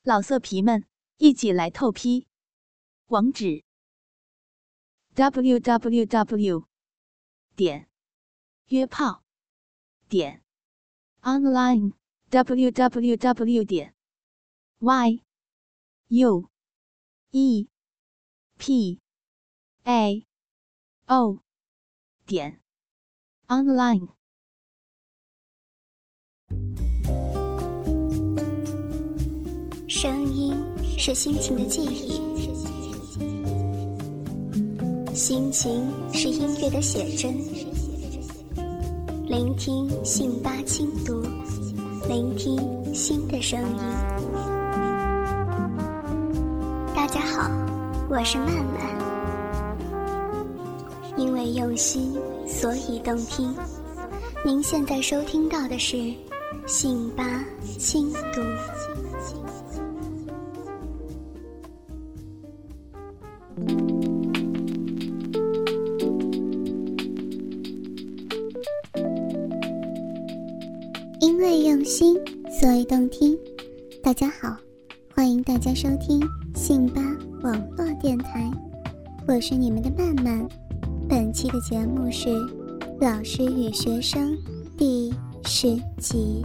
老色皮们，一起来透批！网址 www.约炮online www.yuepao.online。 声音是心情的记忆，心情是音乐的写真。聆听信吧轻读，聆听新的声音。大家好，我是曼曼。因为用心，所以动听。您现在收听到的是信吧轻读。因为用心，所以动听。大家好，欢迎大家收听信吧网络电台，我是你们的曼曼。本期的节目是老师与学生第10集。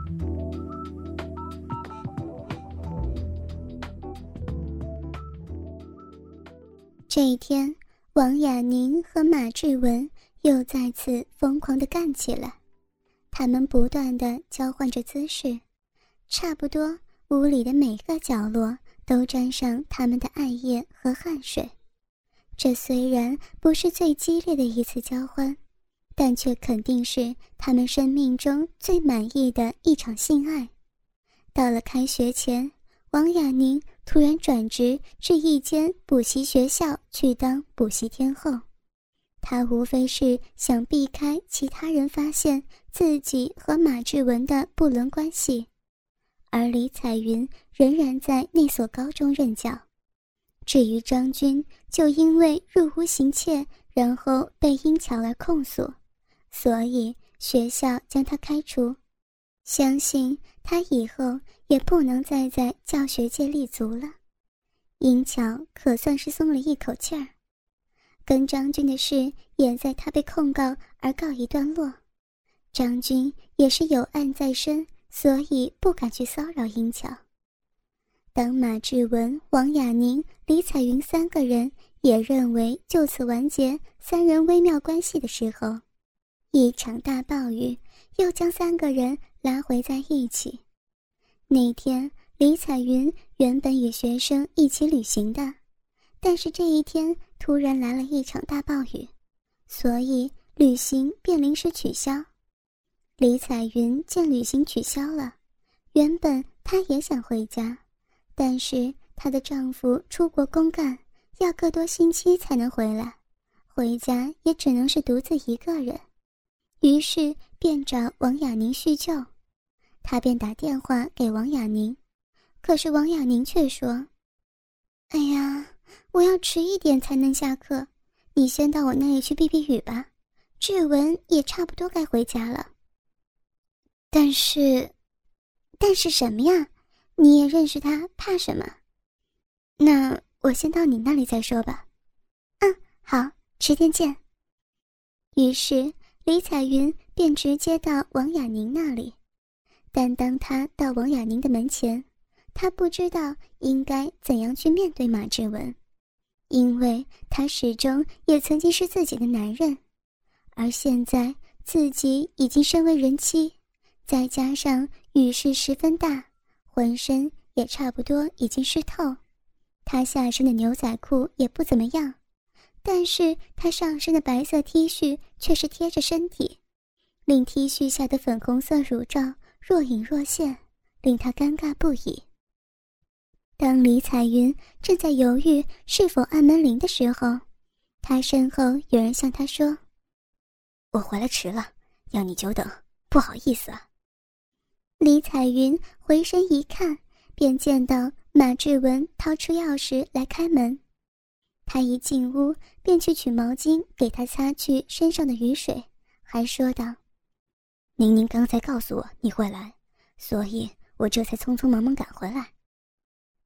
这一天，王雅宁和马志文又再次疯狂地干起来。他们不断地交换着姿势，差不多屋里的每个角落都沾上他们的艾叶和汗水。这虽然不是最激烈的一次交欢，但却肯定是他们生命中最满意的一场性爱。到了开学前，王雅宁突然转职至一间补习学校去当补习天后。他无非是想避开其他人发现自己和马志文的不伦关系，而李彩云仍然在那所高中任教。至于张军，就因为入屋行窃，然后被因巧而控诉，所以学校将他开除。相信他以后也不能再在教学界立足了。因巧可算是松了一口气儿。跟张军的事也在他被控告而告一段落。张军也是有案在身，所以不敢去骚扰英巧。当马志文、王雅宁、李彩云3个人也认为就此完结3人微妙关系的时候，一场大暴雨又将3个人拉回在一起。那天，李彩云原本与学生一起旅行的，但是这一天突然来了一场大暴雨，所以旅行便临时取消。李彩云见旅行取消了，原本她也想回家，但是她的丈夫出国公干，要个多星期才能回来，回家也只能是独自一个人。于是便找王雅宁叙旧，她便打电话给王雅宁，可是王雅宁却说：哎呀，我要迟一点才能下课，你先到我那里去避避雨吧，志文也差不多该回家了。但是什么呀？你也认识他，怕什么？那我先到你那里再说吧。好，迟点见。于是李彩云便直接到王雅宁那里，但当他到王雅宁的门前，他不知道应该怎样去面对马志文，因为他始终也曾经是自己的男人，而现在自己已经身为人妻，再加上雨势十分大，浑身也差不多已经湿透。他下身的牛仔裤也不怎么样，但是他上身的白色 T 恤却是贴着身体，令 T 恤下的粉红色乳罩若隐若现，令他尴尬不已。当李彩云正在犹豫是否按门铃的时候，他身后有人向他说：我回来迟了，要你久等，不好意思啊。李彩云回身一看，便见到马志文掏出钥匙来开门。他一进屋便去取毛巾给他擦去身上的雨水，还说道：宁宁刚才告诉我你会来，所以我这才匆匆忙忙赶回来。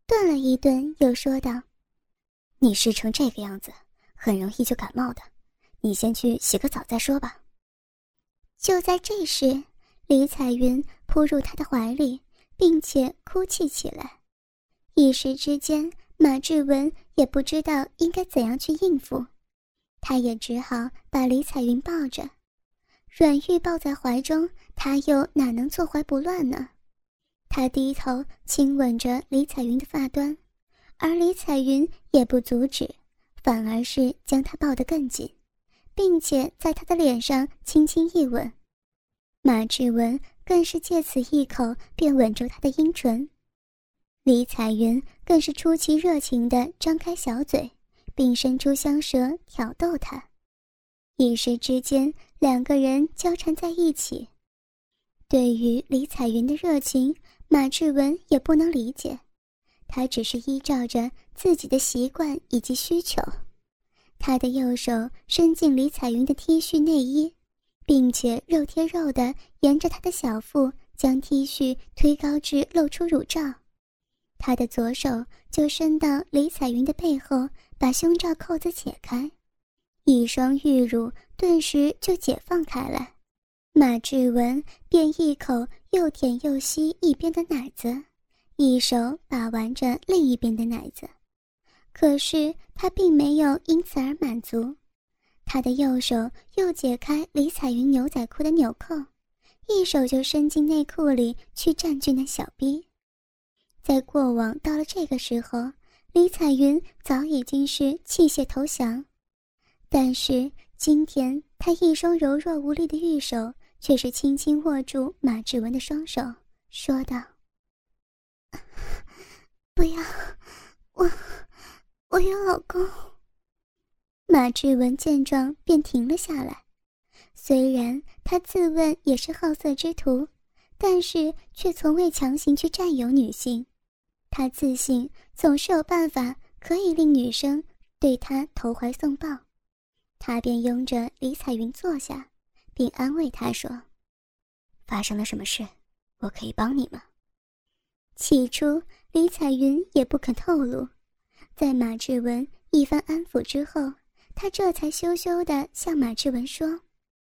顿了一顿，又说道：“你湿成这个样子，很容易就感冒的，你先去洗个澡再说吧。”就在这时，李彩云扑入他的怀里，并且哭泣起来。一时之间，马志文也不知道应该怎样去应付，他也只好把李彩云抱着。阮玉抱在怀中，他又哪能坐怀不乱呢？他低头亲吻着李彩云的发端，而李彩云也不阻止，反而是将他抱得更紧，并且在他的脸上轻轻一吻。马志文更是借此一口便吻住他的阴唇，李彩云更是出奇热情地张开小嘴，并伸出香舌挑逗他。一时之间，两个人交缠在一起。对于李彩云的热情，马志文也不能理解，他只是依照着自己的习惯以及需求。他的右手伸进李彩云的 T 恤内衣，并且肉贴肉地沿着她的小腹将 T 恤推高至露出乳罩。他的左手就伸到李彩云的背后，把胸罩扣子解开，一双玉乳顿时就解放开来。马志文便一口又舔又吸一边的奶子，一手把玩着另一边的奶子。可是他并没有因此而满足，他的右手又解开李彩云牛仔裤的纽扣，一手就伸进内裤里去占据那小逼。在过往到了这个时候，李彩云早已经是弃械投降，但是今天他一双柔弱无力的玉手却是轻轻握住马志文的双手，说道：“不要，我有老公。”马志文见状便停了下来，虽然他自问也是好色之徒，但是却从未强行去占有女性。他自信总是有办法可以令女生对他投怀送抱。他便拥着李彩云坐下，并安慰她说：“发生了什么事？我可以帮你吗？”起初李彩云也不肯透露，在马志文一番安抚之后，她这才羞羞地向马志文说：“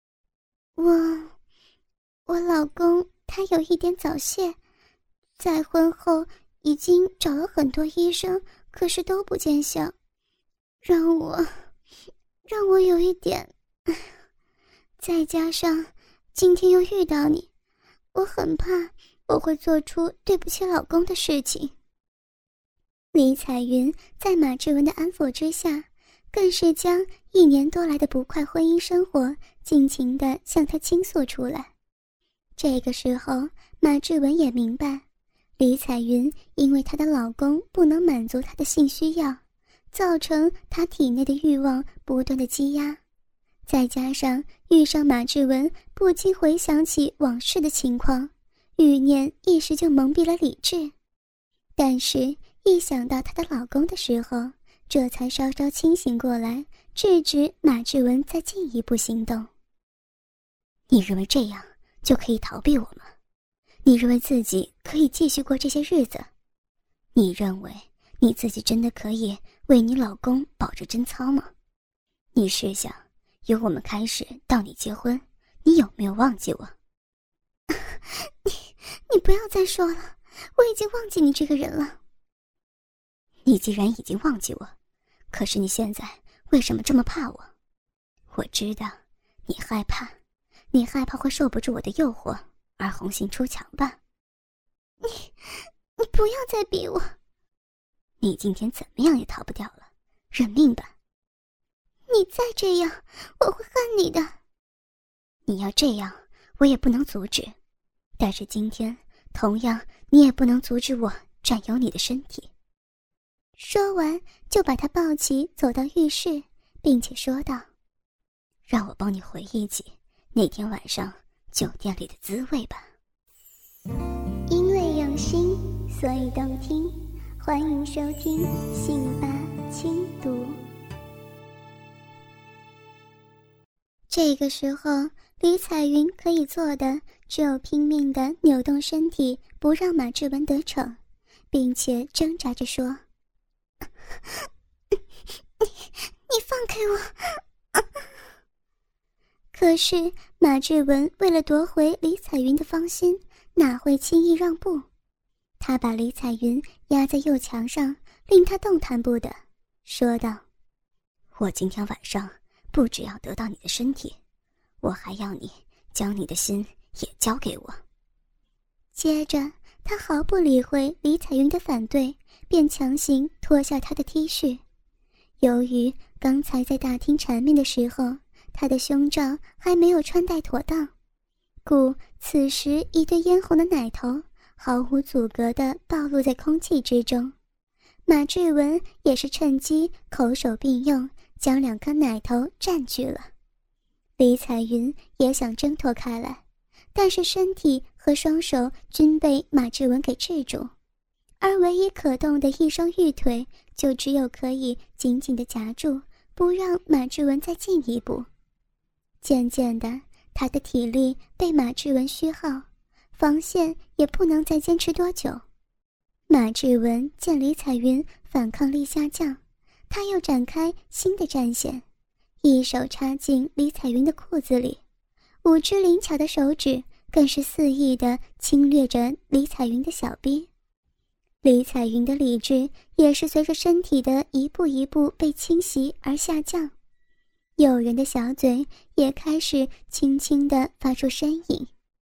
我老公他有一点早泄，在婚后已经找了很多医生，可是都不见效，让我有一点，再加上今天又遇到你，我很怕我会做出对不起老公的事情。”李彩云在马志文的安抚之下，更是将1年多来的不快婚姻生活尽情地向他倾诉出来。这个时候，马志文也明白，李彩云因为她的老公不能满足她的性需要，造成她体内的欲望不断的积压，再加上遇上马志文不禁回想起往事的情况，欲念一时就蒙蔽了理智。但是一想到她的老公的时候，这才稍稍清醒过来，制止马志文再进一步行动。你认为这样就可以逃避我吗？你认为自己可以继续过这些日子？你认为你自己真的可以为你老公保着贞操吗？你试想，由我们开始到你结婚，你有没有忘记我？你不要再说了，我已经忘记你这个人了。你既然已经忘记我，可是你现在为什么这么怕我？我知道你害怕会受不住我的诱惑而红杏出墙吧。你不要再逼我。你今天怎么样也逃不掉了，认命吧。你再这样，我会恨你的。你要这样，我也不能阻止，但是今天同样你也不能阻止我占有你的身体。说完就把他抱起走到浴室，并且说道：“让我帮你回忆起那天晚上酒店里的滋味吧。” 因为用心，所以动听。欢迎收听信吧轻读。 这个时候，李彩云可以做的只有拼命地扭动身体，不让马志文得逞， 并且挣扎着说：“你放开我！”可是马志文为了夺回李彩云的芳心，哪会轻易让步？他把李彩云压在右墙上，令她动弹不得，说道：“我今天晚上不只要得到你的身体，我还要你将你的心也交给我。”接着他毫不理会李彩云的反对，便强行脱下她的 T 恤。由于刚才在大厅缠绵的时候，她的胸罩还没有穿戴妥当，故此时一对嫣红的奶头毫无阻隔地暴露在空气之中。马志文也是趁机口手并用，将2颗奶头占据了。李彩云也想挣脱开来，但是身体和双手均被马志文给制住，而唯一可动的一双玉腿就只有可以紧紧地夹住，不让马志文再进一步。渐渐的，他的体力被马志文虚耗，防线也不能再坚持多久。马志文见李彩云反抗力下降，他又展开新的战线，一手插进李彩云的裤子里，5只灵巧的手指更是肆意地侵略着李彩云的小臂。李彩云的理智也是随着身体的一步一步被侵袭而下降，诱人的小嘴也开始轻轻地发出呻吟。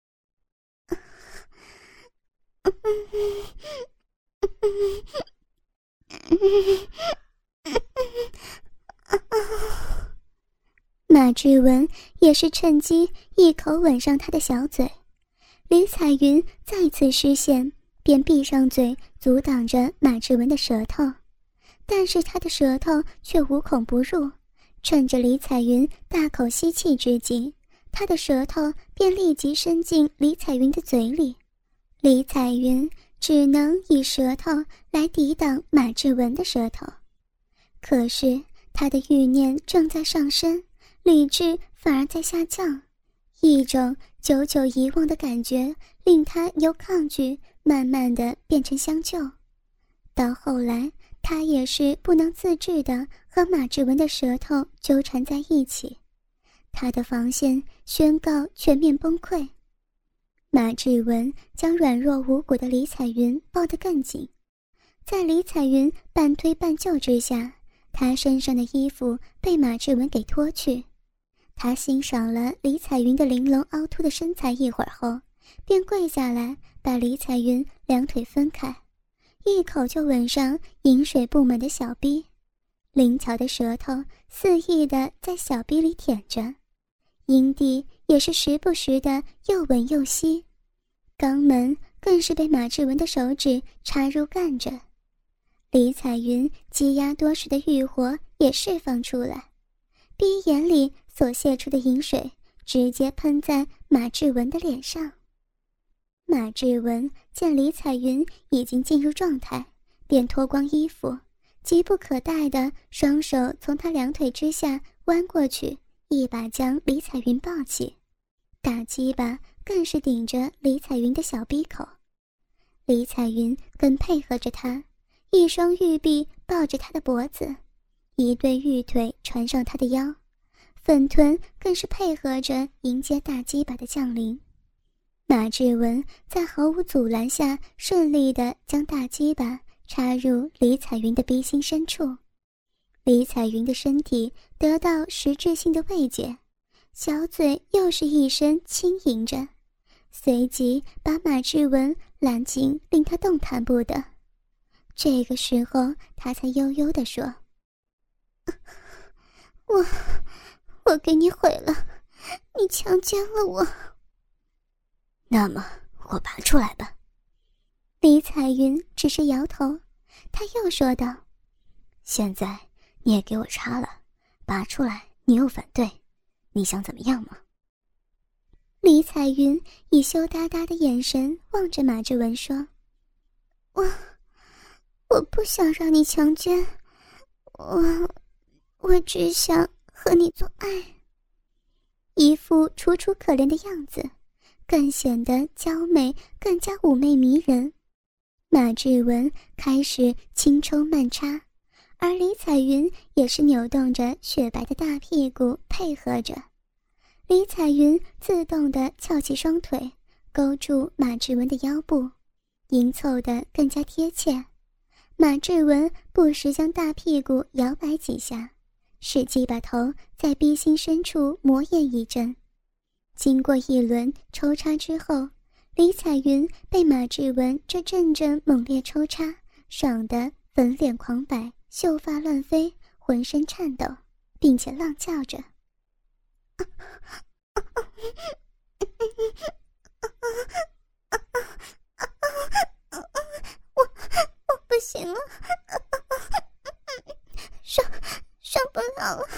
马志文也是趁机一口吻上他的小嘴，李彩云再次失陷，便闭上嘴阻挡着马志文的舌头，但是他的舌头却无孔不入，趁着李彩云大口吸气之际，他的舌头便立即伸进李彩云的嘴里，李彩云只能以舌头来抵挡马志文的舌头。可是他的欲念正在上升，理智反而在下降，一种久久遗忘的感觉令他由抗拒慢慢地变成相救。到后来，他也是不能自制地和马志文的舌头纠缠在一起，他的防线宣告全面崩溃。马志文将软弱无骨的李彩云抱得更紧，在李彩云半推半就之下，他身上的衣服被马志文给脱去。他欣赏了李彩云的玲珑凹凸的身材一会儿后，便跪下来把李彩云2腿分开，一口就吻上饮水布满的小臂，灵巧的舌头肆意地在小臂里舔着，阴蒂也是时不时地又吻又吸，肛门更是被马志文的手指插入干着。李彩云积压多时的欲火也释放出来，鼻眼里所泄出的饮水直接喷在马志文的脸上。马志文见李彩云已经进入状态，便脱光衣服，急不可待地双手从她2腿之下弯过去，一把将李彩云抱起，大鸡巴更是顶着李彩云的小鼻口。李彩云更配合着他，一双玉臂抱着他的脖子，一对玉腿传上他的腰，粉臀更是配合着迎接大鸡巴的降临。马志文在毫无阻拦下顺利地将大鸡巴插入李彩云的鼻心深处，李彩云的身体得到实质性的慰藉，小嘴又是一声轻吟着，随即把马志文揽紧，令他动弹不得。这个时候他才悠悠地说：我给你毁了，你强奸了我。那么我拔出来吧。李彩云只是摇头，他又说道：现在你也给我插了，拔出来你又反对，你想怎么样吗？李彩云以羞答答的眼神望着马志文说：我不想让你强奸，我只想和你做爱。一副楚楚可怜的样子，更显得娇美，更加妩媚迷人。 马志文开始轻抽慢插，而李彩云也是扭动着雪白的大屁股配合着。李彩云自动地翘起双腿，勾住马志文的腰部，迎凑得更加贴切。马志文不时将大屁股摇摆几下，使鸡巴头在逼心深处磨研一阵。经过一轮抽插之后，李彩云被马志文这阵阵猛烈抽插爽得粉脸狂摆，秀发乱飞，浑身颤抖，并且浪叫着我不行了，受不了了，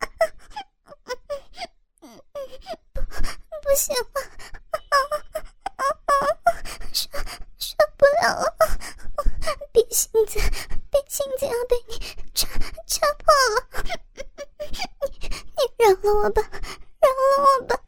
不行了，受不了了，逼心子要被你插破了，你饶了我吧，饶了我吧。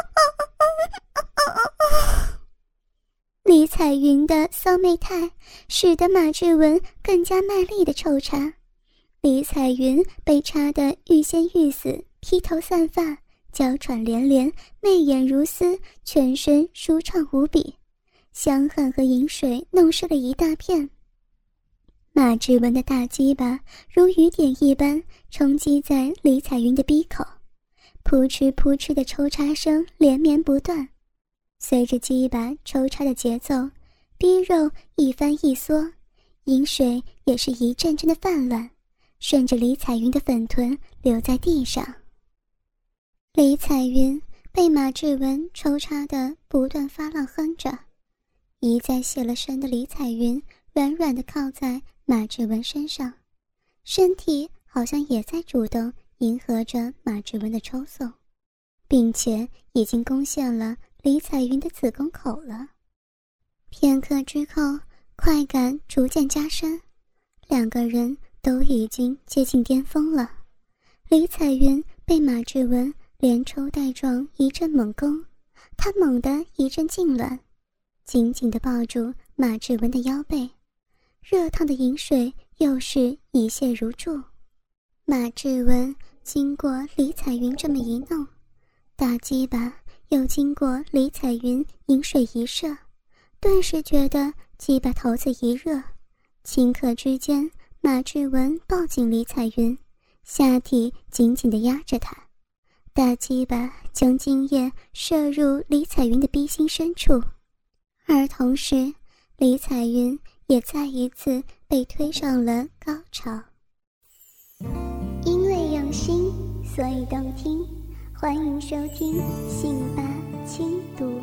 李彩云的骚媚态使得马志文更加卖力的抽插，李彩云被插得欲仙欲死，披头散发，娇喘连连，媚眼如丝，全身舒畅无比，香汗和饮水弄湿了一大片。马志文的大鸡巴如雨点一般冲击在李彩云的鼻口，扑哧扑哧的抽插声连绵不断。随着鸡巴抽插的节奏，逼肉一翻一缩，饮水也是一阵阵的泛滥，顺着李彩云的粉臀流在地上。李彩云被马志文抽插的不断发浪哼着，一再泄了身的李彩云软软地靠在马志文身上，身体好像也在主动迎合着马志文的抽送，并且已经攻陷了李彩云的子宫口了。片刻之后，快感逐渐加深，两个人都已经接近巅峰了。李彩云被马志文连抽带撞一阵猛攻，她猛地一阵痉挛，紧紧地抱住马志文的腰背，热烫的饮水又是一泻如注。马志文经过李彩云这么一弄，大鸡巴又经过李彩云饮水一射，顿时觉得鸡巴头子一热，顷刻之间，马志文抱紧李彩云，下体紧紧地压着她，大鸡巴将精液射入李彩云的逼心深处，而同时李彩云也再一次被推上了高潮。 因为用心，所以动听，欢迎收听信吧轻读。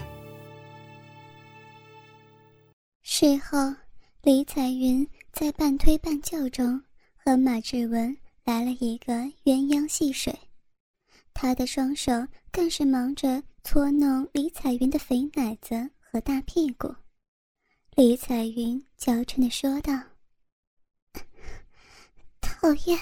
事后，李彩云在半推半就中和马志文来了一个鸳鸯戏水，他的双手更是忙着搓弄李彩云的肥奶子和大屁股。李彩云娇嗔地说道：讨厌，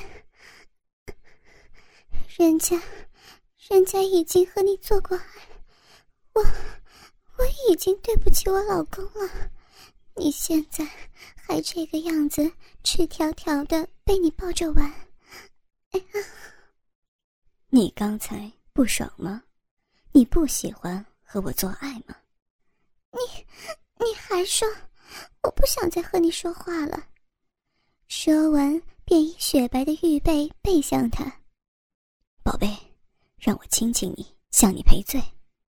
人家已经和你做过爱，我已经对不起我老公了，你现在还这个样子，赤条条的被你抱着玩。哎呀， 你刚才不爽吗？你不喜欢和我做爱吗？ 你还说，我不想再和你说话了。说完便以雪白的玉背背向他。 宝贝，让我亲亲你，向你赔罪。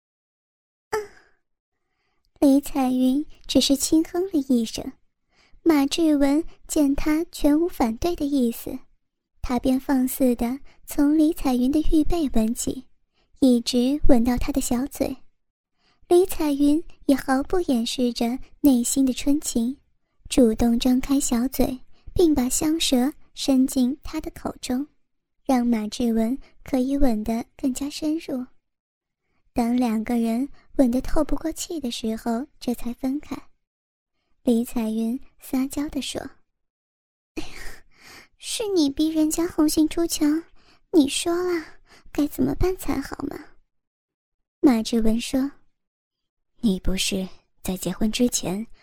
李彩云只是轻哼了一声，马志文见他全无反对的意思，他便放肆地从李彩云的玉背吻起，一直吻到她的小嘴。李彩云也毫不掩饰着内心的春情，主动张开小嘴，并把香舌伸进他的口中，让马志文可以吻得更加深入。当两个人吻得透不过气的时候，这才分开。李彩云撒娇地说：哎呀，是你逼人家红杏出墙，你说啦，该怎么办才好嘛？马志文说： 你不是在结婚之前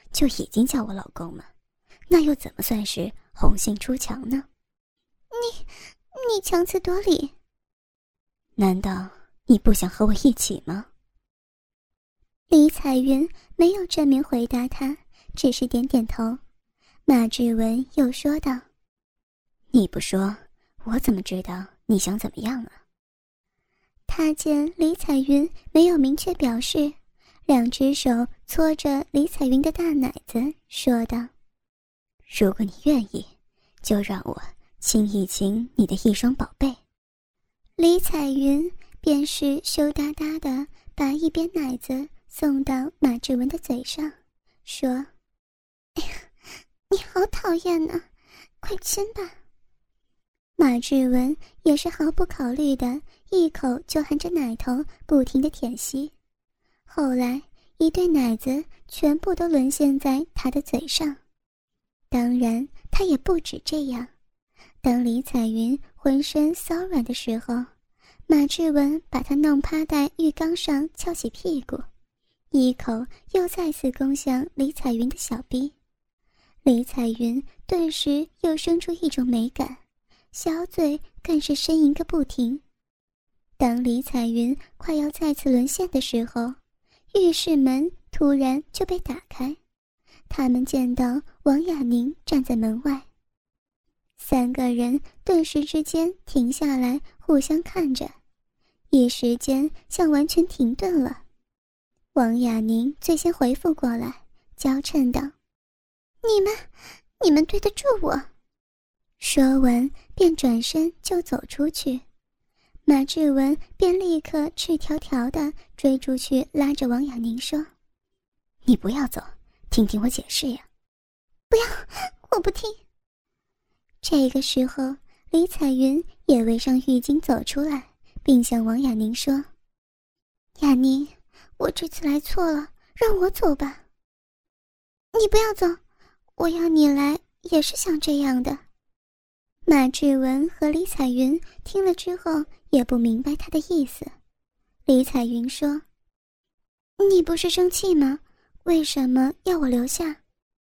就已经叫我老公了，那又怎么算是红杏出墙呢？ 你强词夺理。 难道你不想和我一起吗？ 李彩云没有正面回答他，只是点点头。马志文又说道： 你不说，我怎么知道你想怎么样啊？ 他见李彩云没有明确表示，两只手搓着李彩云的大奶子，说道： 如果你愿意，就让我亲一亲你的一双宝贝。 李彩云便是羞答答的把一边奶子送到马志文的嘴上，说：哎呀，你好讨厌啊，快亲吧。马志文也是毫不考虑的，一口就含着奶头不停地舔吸。后来一对奶子全部都沦陷在他的嘴上。当然他也不止这样，当李彩云浑身骚软的时候，马志文把她弄趴在浴缸上，翘起屁股，一口又再次攻向李彩云的小臂。李彩云顿时又生出一种美感，小嘴更是呻吟个不停。当李彩云快要再次沦陷的时候，浴室门突然就被打开，他们见到王雅宁站在门外。三个人顿时之间停下来，互相看着，一时间像完全停顿了。王雅宁最先回复过来，娇嗔道：你们对得住我？说完便转身就走出去。马志文便立刻赤条条地追出去，拉着王雅宁说： 你不要走，听听我解释呀。 不要，我不听。这个时候李彩云也围上浴巾走出来，并向王雅宁说：雅宁，我这次来错了，让我走吧。你不要走，我要你来也是想这样的。马志文和李彩云听了之后也不明白他的意思。李彩云说：你不是生气吗？为什么要我留下？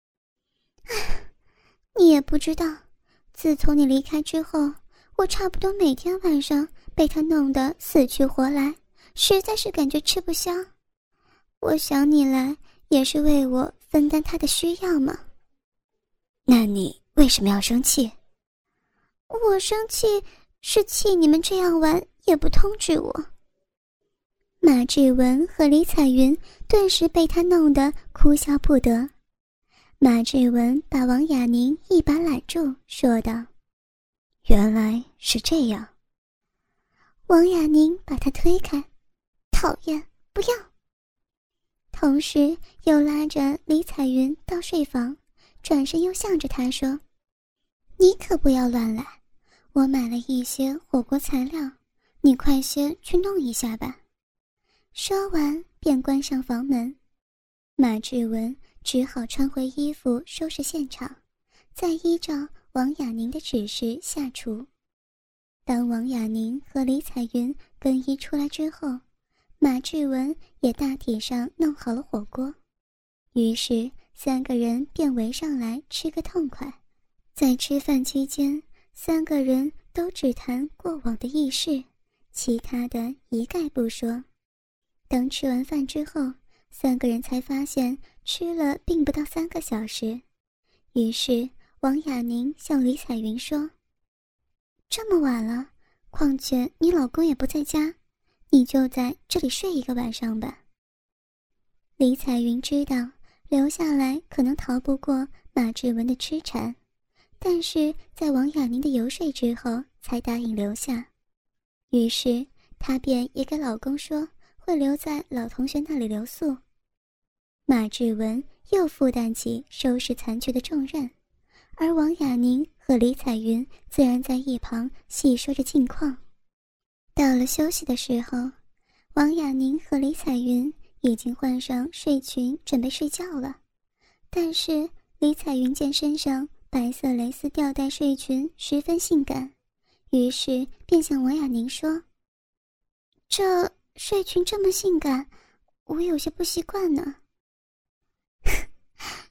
你也不知道，自从你离开之后，我差不多每天晚上被他弄得死去活来，实在是感觉吃不消。我想你来也是为我分担他的需要嘛。 那你为什么要生气？ 我生气是气你们这样玩也不通知我。马志文和李彩云顿时被他弄得哭笑不得。马志文把王雅宁一把揽住，说道： 原来是这样。 王雅宁把他推开，讨厌，不要。同时又拉着李彩云到睡房，转身又向着他说：你可不要乱来，我买了一些火锅材料，你快些去弄一下吧。说完便关上房门。马志文只好穿回衣服收拾现场，再依照王雅宁的指示下厨。当王雅宁和李彩云更衣出来之后，马志文也大体上弄好了火锅，于是三个人便围上来吃个痛快。在吃饭期间，三个人都只谈过往的轶事，其他的一概不说。等吃完饭之后，三个人才发现吃了并不到3个小时。于是王雅宁向李彩云说：这么晚了，况且你老公也不在家，你就在这里睡一个晚上吧。李彩云知道留下来可能逃不过马志文的痴缠，但是在王雅宁的游说之后才答应留下。于是她便也给老公说会留在老同学那里留宿。马志文又负担起收拾残局的重任，而王雅宁和李彩云自然在一旁细说着近况。到了休息的时候，王雅宁和李彩云已经换上睡裙准备睡觉了，但是李彩云见身上白色蕾丝吊带睡裙十分性感，于是便向王雅宁说：这睡裙这么性感，我有些不习惯呢。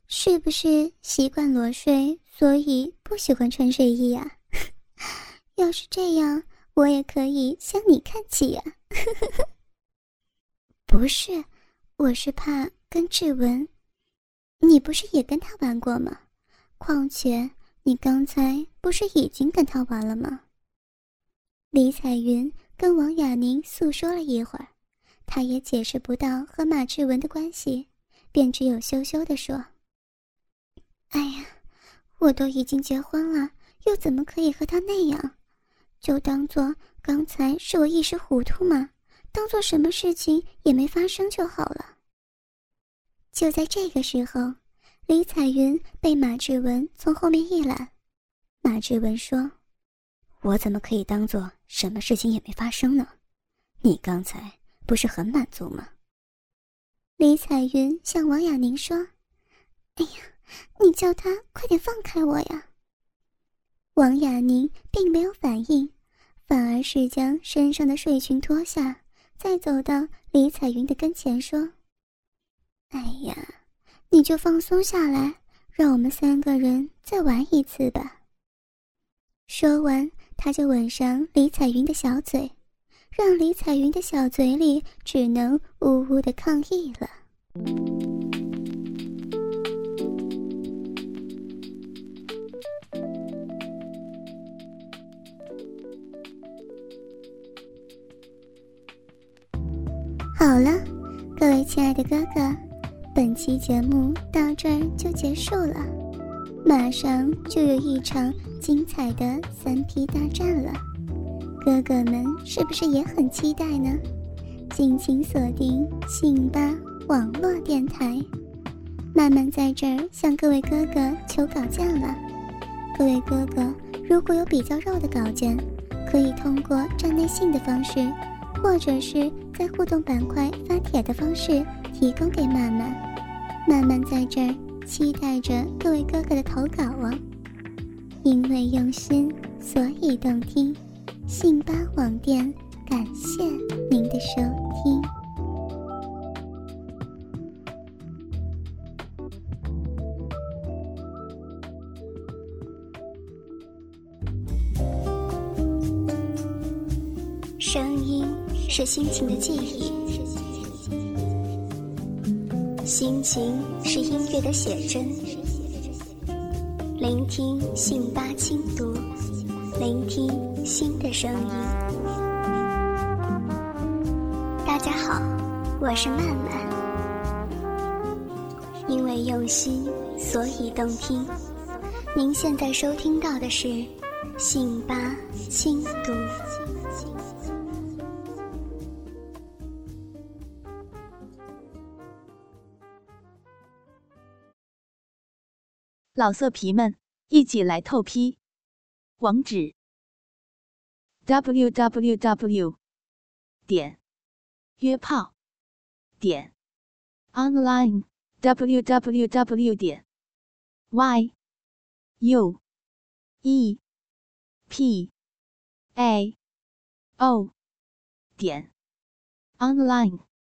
是不是习惯裸睡，所以不喜欢穿睡衣啊？要是这样，我也可以向你看齐呀。不是，我是怕跟志文。你不是也跟他玩过吗？况且你刚才不是已经跟他玩了吗？李彩云跟王雅宁诉说了一会儿，她也解释不到和马志文的关系，便只有羞羞地说：哎呀，我都已经结婚了，又怎么可以和他那样？就当作刚才是我一时糊涂嘛，当作什么事情也没发生就好了。就在这个时候，李彩云被马志文从后面一揽。马志文说： 我怎么可以当作什么事情也没发生呢？你刚才不是很满足吗？ 李彩云向王雅宁说：哎呀，你叫他快点放开我呀。王雅宁并没有反应，反而是将身上的睡裙脱下，再走到李彩云的跟前说：哎呀，你就放松下来，让我们3个人再玩一次吧。说完，他就吻上李彩云的小嘴，让李彩云的小嘴里只能呜呜的抗议了。好了，各位亲爱的哥哥，本期节目到这儿就结束了，马上就有一场精彩的3P 大战了，哥哥们是不是也很期待呢？敬请锁定信吧网络电台，慢慢在这儿向各位哥哥求稿件了。各位哥哥如果有比较肉的稿件，可以通过站内信的方式，或者是在互动板块发帖的方式提供给曼曼。曼曼在这儿期待着各位哥哥的投稿哦。因为用心，所以动听。信吧网店感谢您的收听。 声音是心情的记忆，心情是音乐的写真。聆听信吧轻读，聆听新的声音。大家好，我是曼曼。因为用心，所以动听。您现在收听到的是信吧轻读。 老色皮们，一起来透批！网址 www.约炮online www.yuepao.online